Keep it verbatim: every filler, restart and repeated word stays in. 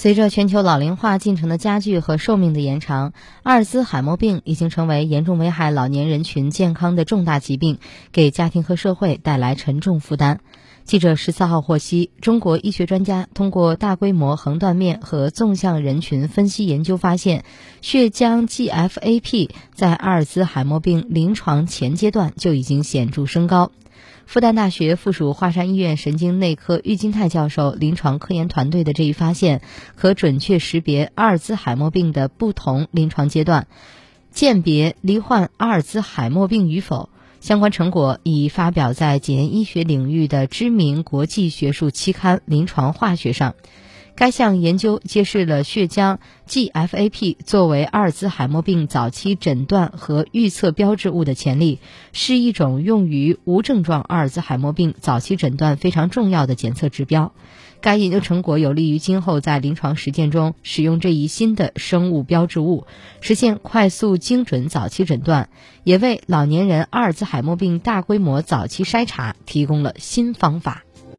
随着全球老龄化进程的加剧和寿命的延长，阿尔兹海默病已经成为严重危害老年人群健康的重大疾病，给家庭和社会带来沉重负担。记者十四号获悉，中国医学专家通过大规模横断面和纵向人群分析研究发现，血浆 G F A P 在阿尔兹海默病临床前阶段就已经显著升高。复旦大学附属华山医院神经内科郁金泰教授临床科研团队的这一发现，可准确识别阿尔兹海默病的不同临床阶段，鉴别罹患阿尔兹海默病与否。相关成果已发表在检验医学领域的知名国际学术期刊《临床化学》上。该项研究揭示了血浆 G F A P 作为阿尔兹海默病早期诊断和预测标志物的潜力，是一种用于无症状阿尔兹海默病早期诊断非常重要的检测指标。该研究成果有利于今后在临床实践中使用这一新的生物标志物，实现快速精准早期诊断，也为老年人阿尔兹海默病大规模早期筛查提供了新方法。